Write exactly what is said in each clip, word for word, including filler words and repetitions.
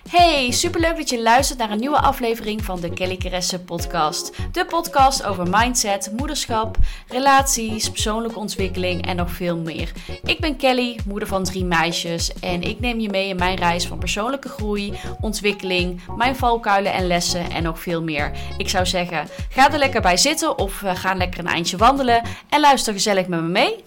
Hey, superleuk dat je luistert naar een nieuwe aflevering van de Kelly Keresse podcast. De podcast over mindset, moederschap, relaties, persoonlijke ontwikkeling en nog veel meer. Ik ben Kelly, moeder van drie meisjes en ik neem je mee in mijn reis van persoonlijke groei, ontwikkeling, mijn valkuilen en lessen en nog veel meer. Ik zou zeggen, ga er lekker bij zitten of uh, ga lekker een eindje wandelen en luister gezellig met me mee.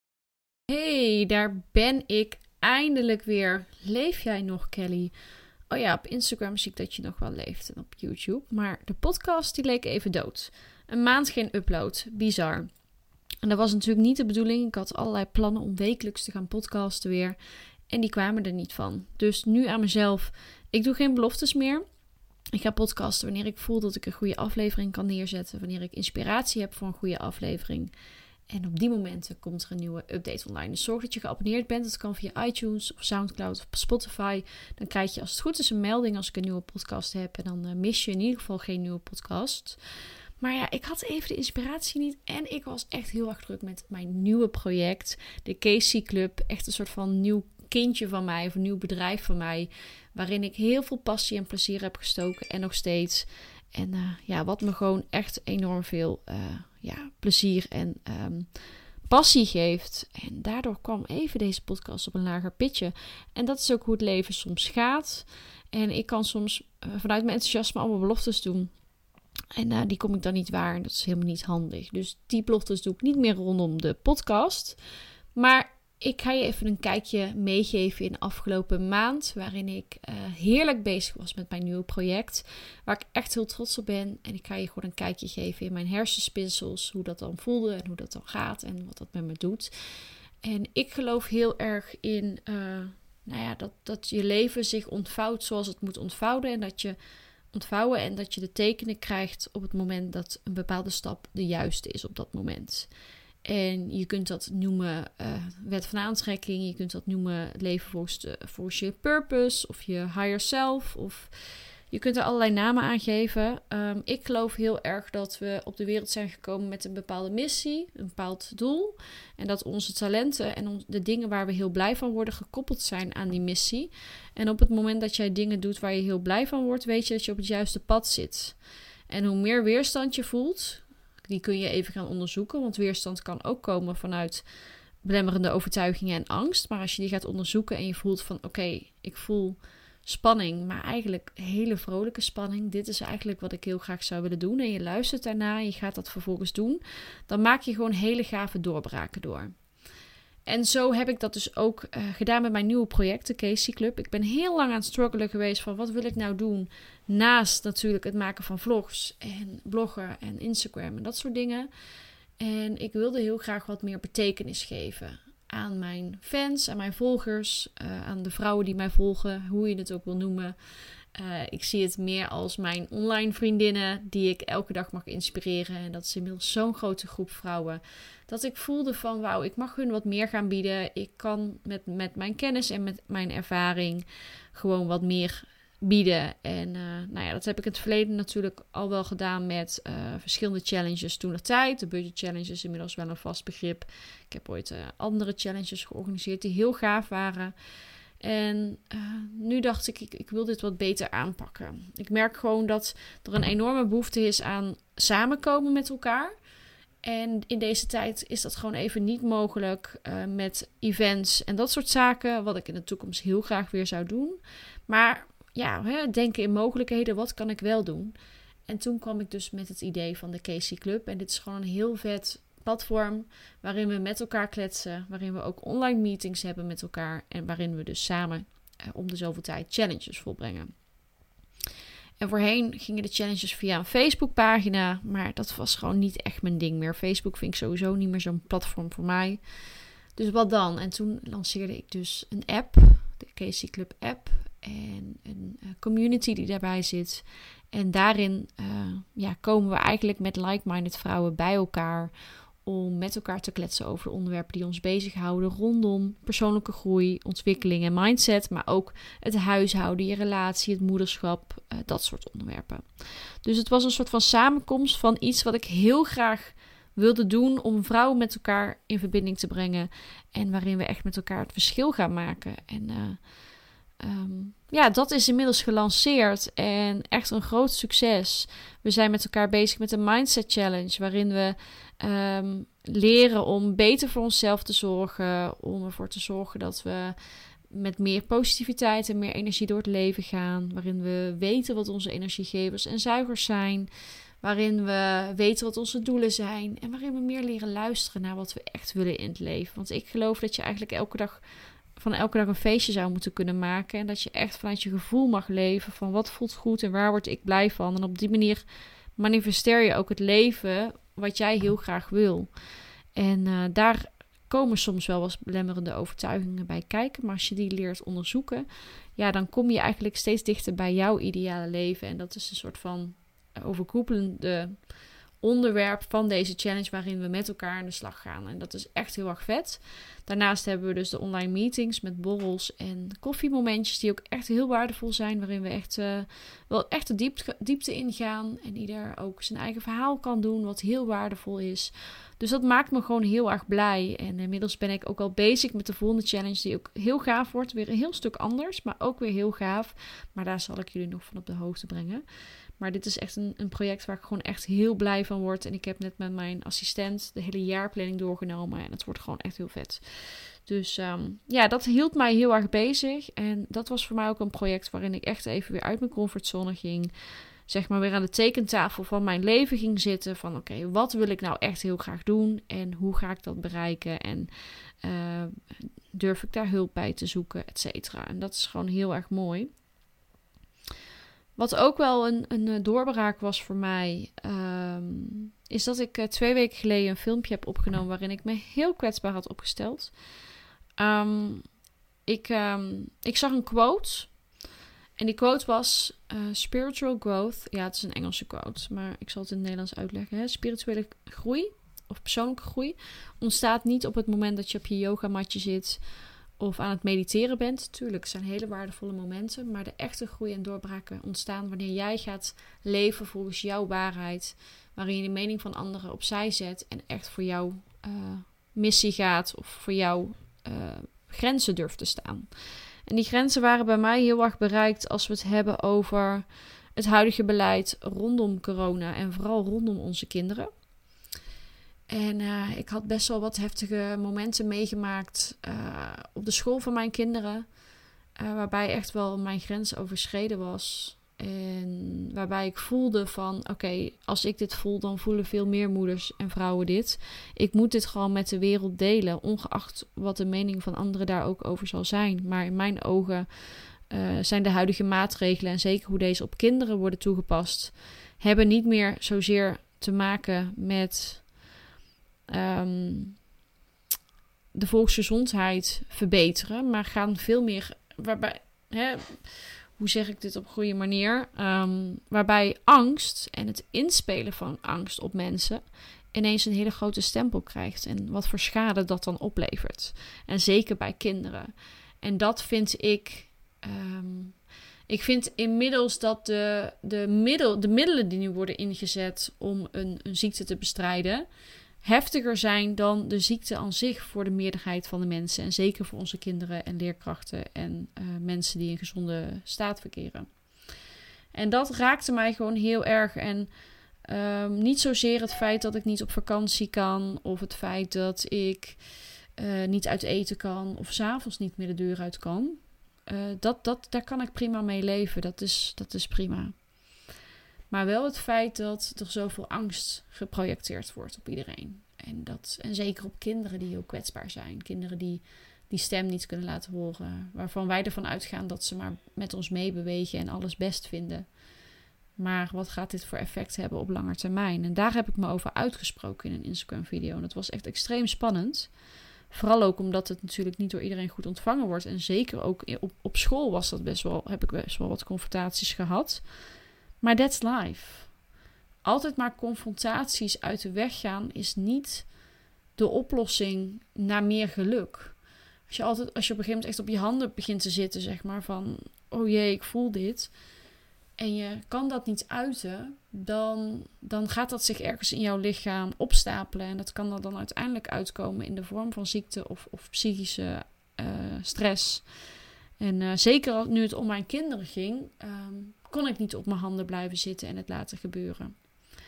Hey, daar ben ik eindelijk weer. Leef jij nog, Kelly? Oh ja, op Instagram zie ik dat je nog wel leeft en op YouTube. Maar de podcast die leek even dood. Een maand geen upload. Bizar. En dat was natuurlijk niet de bedoeling. Ik had allerlei plannen om wekelijks te gaan podcasten weer. En die kwamen er niet van. Dus nu aan mezelf. Ik doe geen beloftes meer. Ik ga podcasten wanneer ik voel dat ik een goede aflevering kan neerzetten. Wanneer ik inspiratie heb voor een goede aflevering. En op die momenten komt er een nieuwe update online. Dus zorg dat je geabonneerd bent. Dat kan via iTunes of Soundcloud of Spotify. Dan krijg je als het goed is een melding als ik een nieuwe podcast heb. En dan uh, mis je in ieder geval geen nieuwe podcast. Maar ja, ik had even de inspiratie niet. En ik was echt heel erg druk met mijn nieuwe project. De K C Club. Echt een soort van nieuw kindje van mij. Of een nieuw bedrijf van mij. Waarin ik heel veel passie en plezier heb gestoken. En nog steeds. En uh, ja, wat me gewoon echt enorm veel uh, ja, plezier en um, passie geeft. En daardoor kwam even deze podcast op een lager pitje. En dat is ook hoe het leven soms gaat. En ik kan soms uh, vanuit mijn enthousiasme allemaal beloftes doen. En uh, die kom ik dan niet waar. En dat is helemaal niet handig. Dus die beloftes doe ik niet meer rondom de podcast. Maar ik ga je even een kijkje meegeven in de afgelopen maand. Waarin ik uh, heerlijk bezig was met mijn nieuwe project. Waar ik echt heel trots op ben. En ik ga je gewoon een kijkje geven in mijn hersenspinsels. Hoe dat dan voelde en hoe dat dan gaat. En wat dat met me doet. En ik geloof heel erg in uh, nou ja, dat, dat je leven zich ontvouwt zoals het moet ontvouwen. En dat je ontvouwen en dat je de tekenen krijgt op het moment dat een bepaalde stap de juiste is op dat moment. En je kunt dat noemen uh, wet van aantrekking. Je kunt dat noemen leven volgens, de, volgens je purpose of je higher self. Of je kunt er allerlei namen aan geven. Um, ik geloof heel erg dat we op de wereld zijn gekomen met een bepaalde missie. Een bepaald doel. En dat onze talenten en on- de dingen waar we heel blij van worden gekoppeld zijn aan die missie. En op het moment dat jij dingen doet waar je heel blij van wordt, weet je dat je op het juiste pad zit. En hoe meer weerstand je voelt, die kun je even gaan onderzoeken. Want weerstand kan ook komen vanuit belemmerende overtuigingen en angst. Maar als je die gaat onderzoeken en je voelt van oké, okay, ik voel spanning. Maar eigenlijk hele vrolijke spanning. Dit is eigenlijk wat ik heel graag zou willen doen. En je luistert daarna en je gaat dat vervolgens doen. Dan maak je gewoon hele gave doorbraken door. En zo heb ik dat dus ook uh, gedaan met mijn nieuwe project, de K C Club. Ik ben heel lang aan het struggelen geweest van wat wil ik nou doen. Naast natuurlijk het maken van vlogs en bloggen en Instagram en dat soort dingen. En ik wilde heel graag wat meer betekenis geven aan mijn fans, aan mijn volgers, uh, aan de vrouwen die mij volgen, hoe je het ook wil noemen. Uh, ik zie het meer als mijn online vriendinnen die ik elke dag mag inspireren. En dat is inmiddels zo'n grote groep vrouwen. Dat ik voelde van wauw, ik mag hun wat meer gaan bieden. Ik kan met, met mijn kennis en met mijn ervaring gewoon wat meer bieden. En uh, nou ja, dat heb ik in het verleden natuurlijk al wel gedaan met uh, verschillende challenges toen de tijd. De budget challenge is inmiddels wel een vast begrip. Ik heb ooit uh, andere challenges georganiseerd die heel gaaf waren. En uh, nu dacht ik, ik, ik wil dit wat beter aanpakken. Ik merk gewoon dat er een enorme behoefte is aan samenkomen met elkaar. En in deze tijd is dat gewoon even niet mogelijk uh, met events en dat soort zaken. Wat ik in de toekomst heel graag weer zou doen. Maar ja, hè, denken in mogelijkheden, wat kan ik wel doen? En toen kwam ik dus met het idee van de K C Club. En dit is gewoon een heel vet platform waarin we met elkaar kletsen. Waarin we ook online meetings hebben met elkaar. En waarin we dus samen uh, om de zoveel tijd challenges volbrengen. En voorheen gingen de challenges via een Facebookpagina. Maar dat was gewoon niet echt mijn ding meer. Facebook vind ik sowieso niet meer zo'n platform voor mij. Dus wat dan? En toen lanceerde ik dus een app. De K C Club app. En een uh, community die daarbij zit. En daarin uh, ja, komen we eigenlijk met like-minded vrouwen bij elkaar. Om met elkaar te kletsen over de onderwerpen die ons bezighouden. Rondom persoonlijke groei, ontwikkeling en mindset. Maar ook het huishouden, je relatie, het moederschap. Uh, dat soort onderwerpen. Dus het was een soort van samenkomst van iets wat ik heel graag wilde doen. Om vrouwen met elkaar in verbinding te brengen. En waarin we echt met elkaar het verschil gaan maken. En uh, um, ja, dat is inmiddels gelanceerd en echt een groot succes. We zijn met elkaar bezig met een Mindset Challenge, waarin we um, leren om beter voor onszelf te zorgen, om ervoor te zorgen dat we met meer positiviteit en meer energie door het leven gaan, waarin we weten wat onze energiegevers en zuigers zijn, waarin we weten wat onze doelen zijn en waarin we meer leren luisteren naar wat we echt willen in het leven. Want ik geloof dat je eigenlijk elke dag van elke dag een feestje zou moeten kunnen maken en dat je echt vanuit je gevoel mag leven van wat voelt goed en waar word ik blij van. En op die manier manifesteer je ook het leven wat jij heel graag wil. En uh, daar komen soms wel wat belemmerende overtuigingen bij kijken, maar als je die leert onderzoeken, ja, dan kom je eigenlijk steeds dichter bij jouw ideale leven. En dat is een soort van overkoepelende onderwerp van deze challenge waarin we met elkaar aan de slag gaan. En dat is echt heel erg vet. Daarnaast hebben we dus de online meetings met borrels en koffiemomentjes die ook echt heel waardevol zijn, waarin we echt uh, wel echt de diepte, diepte ingaan en ieder ook zijn eigen verhaal kan doen, wat heel waardevol is. Dus dat maakt me gewoon heel erg blij. En inmiddels ben ik ook al bezig met de volgende challenge, die ook heel gaaf wordt. Weer een heel stuk anders, maar ook weer heel gaaf. Maar daar zal ik jullie nog van op de hoogte brengen. Maar dit is echt een, een project waar ik gewoon echt heel blij van word. En ik heb net met mijn assistent de hele jaarplanning doorgenomen. En het wordt gewoon echt heel vet. Dus um, ja, dat hield mij heel erg bezig. En dat was voor mij ook een project waarin ik echt even weer uit mijn comfortzone ging. Zeg maar weer aan de tekentafel van mijn leven ging zitten. Van oké, okay, wat wil ik nou echt heel graag doen? En hoe ga ik dat bereiken? En uh, durf ik daar hulp bij te zoeken, et cetera. En dat is gewoon heel erg mooi. Wat ook wel een, een doorbraak was voor mij, um, is dat ik uh, twee weken geleden een filmpje heb opgenomen waarin ik me heel kwetsbaar had opgesteld. Um, ik, um, ik zag een quote en die quote was uh, spiritual growth. Ja, het is een Engelse quote, maar ik zal het in het Nederlands uitleggen. Hè? Spirituele groei of persoonlijke groei ontstaat niet op het moment dat je op je yogamatje zit of aan het mediteren bent. Tuurlijk, het zijn hele waardevolle momenten. Maar de echte groei en doorbraken ontstaan wanneer jij gaat leven volgens jouw waarheid. Waarin je de mening van anderen opzij zet. En echt voor jouw uh, missie gaat. Of voor jouw uh, grenzen durft te staan. En die grenzen waren bij mij heel erg bereikt als we het hebben over het huidige beleid rondom corona. En vooral rondom onze kinderen. En uh, ik had best wel wat heftige momenten meegemaakt uh, op de school van mijn kinderen. Uh, waarbij echt wel mijn grens overschreden was. En waarbij ik voelde van oké, okay, als ik dit voel, dan voelen veel meer moeders en vrouwen dit. Ik moet dit gewoon met de wereld delen, ongeacht wat de mening van anderen daar ook over zal zijn. Maar in mijn ogen uh, zijn de huidige maatregelen en zeker hoe deze op kinderen worden toegepast, hebben niet meer zozeer te maken met Um, de volksgezondheid verbeteren, maar gaan veel meer waarbij, hè, hoe zeg ik dit op een goede manier, um, waarbij angst en het inspelen van angst op mensen ineens een hele grote stempel krijgt en wat voor schade dat dan oplevert. En zeker bij kinderen. En dat vind ik, um, ik vind inmiddels dat de, de, middel, de middelen die nu worden ingezet om een, een ziekte te bestrijden heftiger zijn dan de ziekte aan zich voor de meerderheid van de mensen. En zeker voor onze kinderen en leerkrachten en uh, mensen die in gezonde staat verkeren. En dat raakte mij gewoon heel erg. En um, niet zozeer het feit dat ik niet op vakantie kan, of het feit dat ik uh, niet uit eten kan, of 's avonds niet meer de deur uit kan. Uh, dat, dat, daar kan ik prima mee leven. Dat is, dat is prima. Maar wel het feit dat er zoveel angst geprojecteerd wordt op iedereen. En, dat, en zeker op kinderen die heel kwetsbaar zijn. Kinderen die die stem niet kunnen laten horen. Waarvan wij ervan uitgaan dat ze maar met ons meebewegen en alles best vinden. Maar wat gaat dit voor effect hebben op lange termijn? En daar heb ik me over uitgesproken in een Instagram video. En dat was echt extreem spannend. Vooral ook omdat het natuurlijk niet door iedereen goed ontvangen wordt. En zeker ook op, op school was dat best wel, heb ik best wel wat confrontaties gehad. Maar that's life. Altijd maar confrontaties uit de weg gaan is niet de oplossing naar meer geluk. Als je, altijd, als je op een gegeven moment echt op je handen begint te zitten, zeg maar, van oh jee, ik voel dit. En je kan dat niet uiten, dan, dan gaat dat zich ergens in jouw lichaam opstapelen. En dat kan er dan uiteindelijk uitkomen in de vorm van ziekte of, of psychische uh, stress. En uh, zeker nu het om mijn kinderen ging, um, kon ik niet op mijn handen blijven zitten en het laten gebeuren.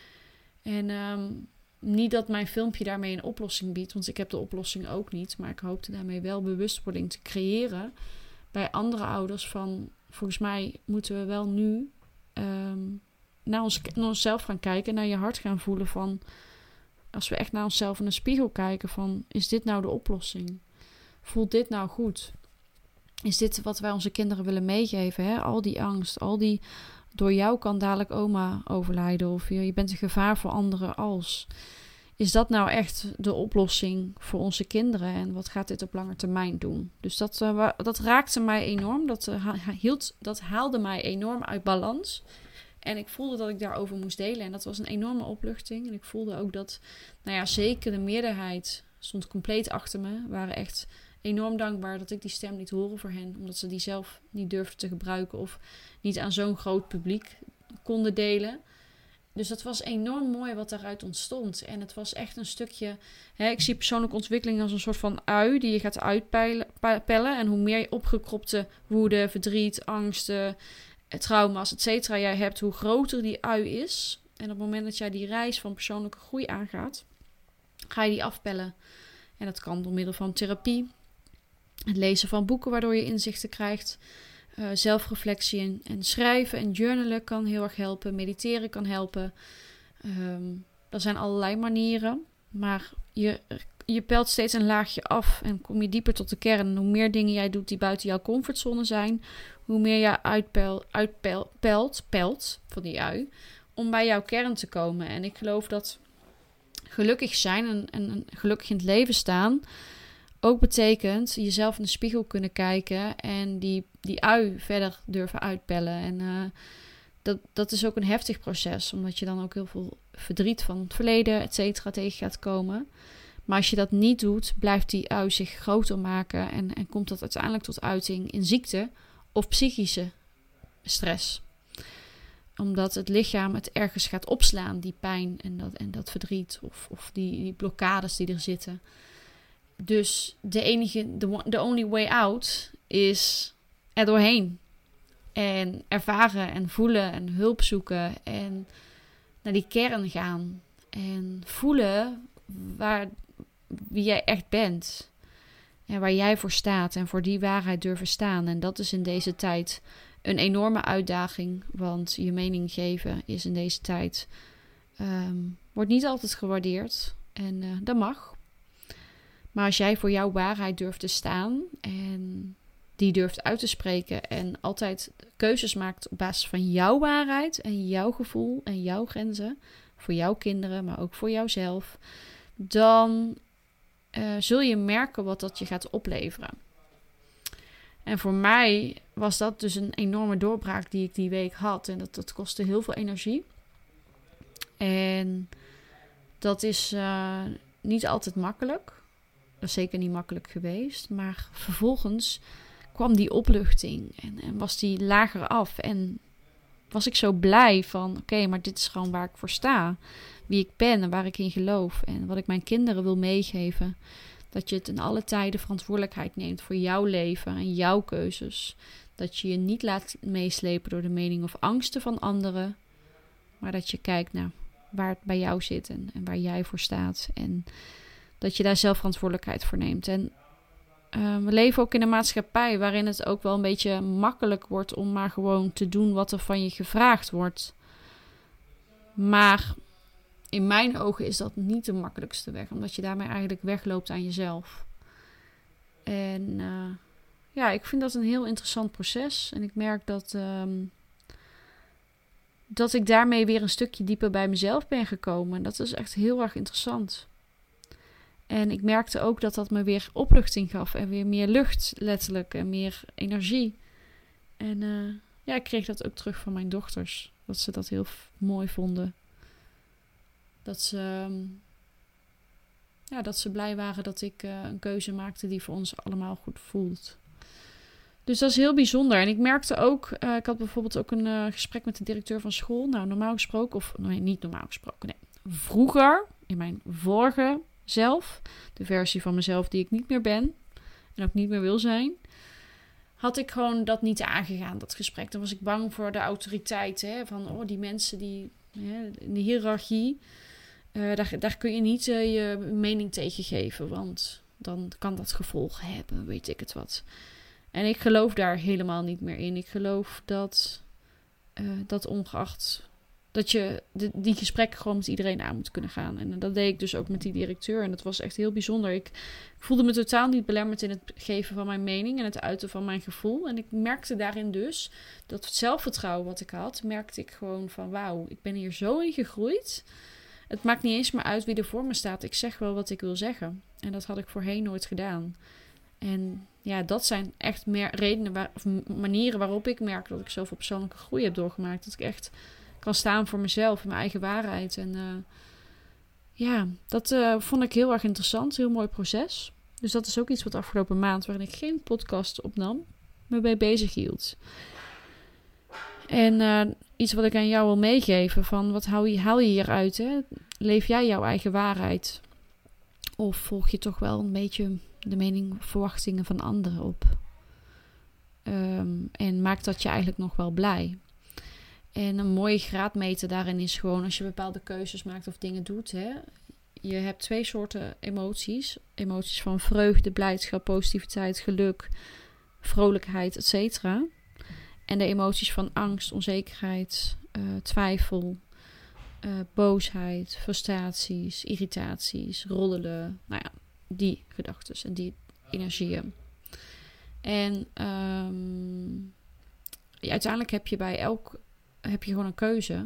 En um, niet dat mijn filmpje daarmee een oplossing biedt, want ik heb de oplossing ook niet. Maar ik hoopte daarmee wel bewustwording te creëren bij andere ouders van, volgens mij moeten we wel nu um, naar, ons, naar onszelf gaan kijken, naar je hart gaan voelen van, als we echt naar onszelf in een spiegel kijken van, is dit nou de oplossing? Voelt dit nou goed? Is dit wat wij onze kinderen willen meegeven? Hè? Al die angst, al die, door jou kan dadelijk oma overlijden of je, je bent een gevaar voor anderen als. Is dat nou echt de oplossing voor onze kinderen? En wat gaat dit op lange termijn doen? Dus dat, uh, dat raakte mij enorm. Dat, uh, hield, dat haalde mij enorm uit balans. En ik voelde dat ik daarover moest delen. En dat was een enorme opluchting. En ik voelde ook dat, nou ja, zeker de meerderheid stond compleet achter me. Waren echt enorm dankbaar dat ik die stem liet horen voor hen. Omdat ze die zelf niet durfden te gebruiken of niet aan zo'n groot publiek konden delen. Dus dat was enorm mooi wat daaruit ontstond. En het was echt een stukje, hè, ik zie persoonlijke ontwikkeling als een soort van ui die je gaat uitpellen. En hoe meer opgekropte woede, verdriet, angsten, trauma's, et cetera jij hebt, hoe groter die ui is. En op het moment dat jij die reis van persoonlijke groei aangaat, ga je die afpellen. En dat kan door middel van therapie, het lezen van boeken waardoor je inzichten krijgt, uh, zelfreflectie en, en schrijven en journalen kan heel erg helpen, mediteren kan helpen. Um, er zijn allerlei manieren, maar je, je pelt steeds een laagje af en kom je dieper tot de kern. En hoe meer dingen jij doet die buiten jouw comfortzone zijn, hoe meer je uitpelt, uitpelt, pelt, pelt van die ui, om bij jouw kern te komen. En ik geloof dat gelukkig zijn en, en, en gelukkig in het leven staan ook betekent jezelf in de spiegel kunnen kijken en die, die ui verder durven uitpellen. En uh, dat, dat is ook een heftig proces, omdat je dan ook heel veel verdriet van het verleden, et cetera, tegen gaat komen. Maar als je dat niet doet, blijft die ui zich groter maken en, en komt dat uiteindelijk tot uiting in ziekte of psychische stress. Omdat het lichaam het ergens gaat opslaan, die pijn en dat, en dat verdriet of, of die, die blokkades die er zitten. Dus de enige, the, the only way out is er doorheen. En ervaren en voelen en hulp zoeken en naar die kern gaan. En voelen waar, wie jij echt bent. En waar jij voor staat en voor die waarheid durven staan. En dat is in deze tijd een enorme uitdaging. Want je mening geven is in deze tijd um, wordt niet altijd gewaardeerd. En uh, dat mag. Maar als jij voor jouw waarheid durft te staan en die durft uit te spreken en altijd keuzes maakt op basis van jouw waarheid en jouw gevoel en jouw grenzen, voor jouw kinderen, maar ook voor jouzelf, dan uh, zul je merken wat dat je gaat opleveren. En voor mij was dat dus een enorme doorbraak die ik die week had. En dat, dat kostte heel veel energie. En dat is uh, niet altijd makkelijk. Dat is zeker niet makkelijk geweest. Maar vervolgens kwam die opluchting. En, en was die lager af. En was ik zo blij van, oké, okay, maar dit is gewoon waar ik voor sta. Wie ik ben en waar ik in geloof. En wat ik mijn kinderen wil meegeven. Dat je het in alle tijden verantwoordelijkheid neemt voor jouw leven en jouw keuzes. Dat je je niet laat meeslepen door de mening of angsten van anderen. Maar dat je kijkt naar waar het bij jou zit en, en waar jij voor staat. En dat je daar zelf verantwoordelijkheid voor neemt. En uh, we leven ook in een maatschappij waarin het ook wel een beetje makkelijk wordt om maar gewoon te doen wat er van je gevraagd wordt. Maar in mijn ogen is dat niet de makkelijkste weg. Omdat je daarmee eigenlijk wegloopt aan jezelf. En uh, ja, ik vind dat een heel interessant proces. En ik merk dat, um, dat ik daarmee weer een stukje dieper bij mezelf ben gekomen. En dat is echt heel erg interessant. En ik merkte ook dat dat me weer opluchting gaf. En weer meer lucht, letterlijk. En meer energie. En uh, ja, ik kreeg dat ook terug van mijn dochters. Dat ze dat heel f- mooi vonden. Dat ze, ja, dat ze blij waren dat ik uh, een keuze maakte die voor ons allemaal goed voelt. Dus dat is heel bijzonder. En ik merkte ook, uh, ik had bijvoorbeeld ook een uh, gesprek met de directeur van school. Nou, normaal gesproken, of nee, niet normaal gesproken, nee. Vroeger, in mijn vorige zelf, de versie van mezelf die ik niet meer ben en ook niet meer wil zijn, had ik gewoon dat niet aangegaan, dat gesprek. Dan was ik bang voor de autoriteit. Hè? Van, oh, die mensen die hè, in de hiërarchie, uh, daar, daar kun je niet uh, je mening tegen geven. Want dan kan dat gevolgen hebben, weet ik het wat. En ik geloof daar helemaal niet meer in. Ik geloof dat, uh, dat ongeacht... dat je de, die gesprekken gewoon met iedereen aan moet kunnen gaan. En dat deed ik dus ook met die directeur. En dat was echt heel bijzonder. Ik, ik voelde me totaal niet belemmerd in het geven van mijn mening en het uiten van mijn gevoel. En ik merkte daarin dus dat het zelfvertrouwen wat ik had, merkte ik gewoon van wauw, ik ben hier zo in gegroeid. Het maakt niet eens meer uit wie er voor me staat. Ik zeg wel wat ik wil zeggen. En dat had ik voorheen nooit gedaan. En ja, dat zijn echt meer redenen waar, of manieren waarop ik merk dat ik zoveel persoonlijke groei heb doorgemaakt. Dat ik echt kan staan voor mezelf en mijn eigen waarheid. En uh, ja, dat uh, vond ik heel erg interessant. Heel mooi proces. Dus dat is ook iets wat afgelopen maand, waarin ik geen podcast opnam, me bij bezig hield. En uh, iets wat ik aan jou wil meegeven, van wat haal je, haal je hieruit? Hè? Leef jij jouw eigen waarheid? Of volg je toch wel een beetje de mening, verwachtingen van anderen op? Um, en maakt dat je eigenlijk nog wel blij? En een mooie graadmeter daarin is gewoon als je bepaalde keuzes maakt of dingen doet. Hè? Je hebt twee soorten emoties. Emoties van vreugde, blijdschap, positiviteit, geluk, vrolijkheid, et cetera. En de emoties van angst, onzekerheid, uh, twijfel, uh, boosheid, frustraties, irritaties, roddelen. Nou ja, die gedachten en die energieën. En um, ja, uiteindelijk heb je bij elk heb je gewoon een keuze.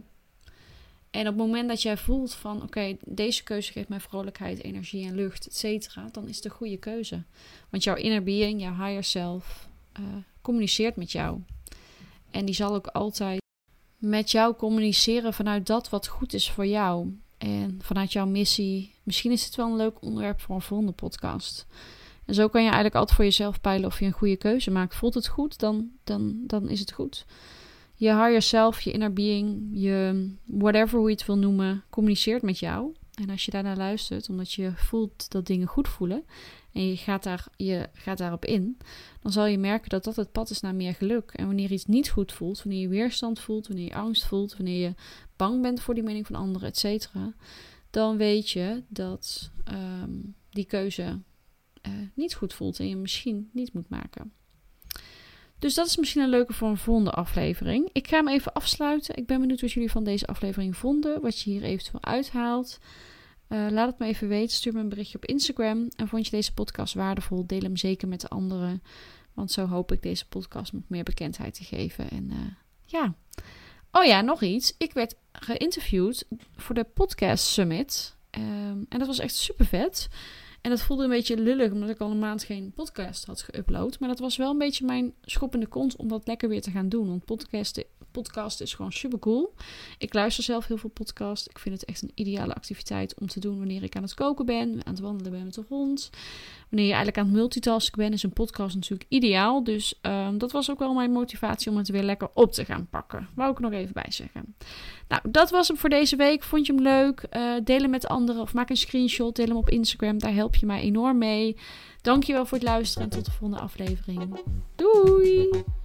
En op het moment dat jij voelt van oké, okay, deze keuze geeft mij vrolijkheid, energie en lucht, et cetera, dan is het een goede keuze. Want jouw inner being, jouw higher self, uh, communiceert met jou. En die zal ook altijd met jou communiceren vanuit dat wat goed is voor jou. En vanuit jouw missie. Misschien is het wel een leuk onderwerp voor een volgende podcast. En zo kan je eigenlijk altijd voor jezelf peilen of je een goede keuze maakt. Voelt het goed, dan, dan, dan is het goed. Je higher self, je inner being, je whatever hoe je het wil noemen, communiceert met jou. En als je daarnaar luistert, omdat je voelt dat dingen goed voelen en je gaat, daar, je gaat daarop in, dan zal je merken dat dat het pad is naar meer geluk. En wanneer iets niet goed voelt, wanneer je weerstand voelt, wanneer je angst voelt, wanneer je bang bent voor die mening van anderen, et cetera, dan weet je dat um, die keuze uh, niet goed voelt en je misschien niet moet maken. Dus dat is misschien een leuke voor een volgende aflevering. Ik ga hem even afsluiten. Ik ben benieuwd wat jullie van deze aflevering vonden. Wat je hier eventueel uithaalt. Uh, laat het me even weten. Stuur me een berichtje op Instagram. En vond je deze podcast waardevol? Deel hem zeker met de anderen. Want zo hoop ik deze podcast nog meer bekendheid te geven. En uh, ja. Oh ja, nog iets. Ik werd geïnterviewd voor de Podcast Summit. Um, en dat was echt super vet. En dat voelde een beetje lullig, omdat ik al een maand geen podcast had geüpload. Maar dat was wel een beetje mijn schop in de kont om dat lekker weer te gaan doen. Want podcast, podcast is gewoon super cool. Ik luister zelf heel veel podcast. Ik vind het echt een ideale activiteit om te doen wanneer ik aan het koken ben, aan het wandelen ben met de hond. Wanneer je eigenlijk aan het multitasken bent, is een podcast natuurlijk ideaal. Dus um, dat was ook wel mijn motivatie om het weer lekker op te gaan pakken. Wou ik er nog even bij zeggen. Nou, dat was hem voor deze week. Vond je hem leuk? Uh, deel hem met anderen of maak een screenshot. Deel hem op Instagram. Daar help je mij enorm mee. Dankjewel voor het luisteren en tot de volgende aflevering. Doei!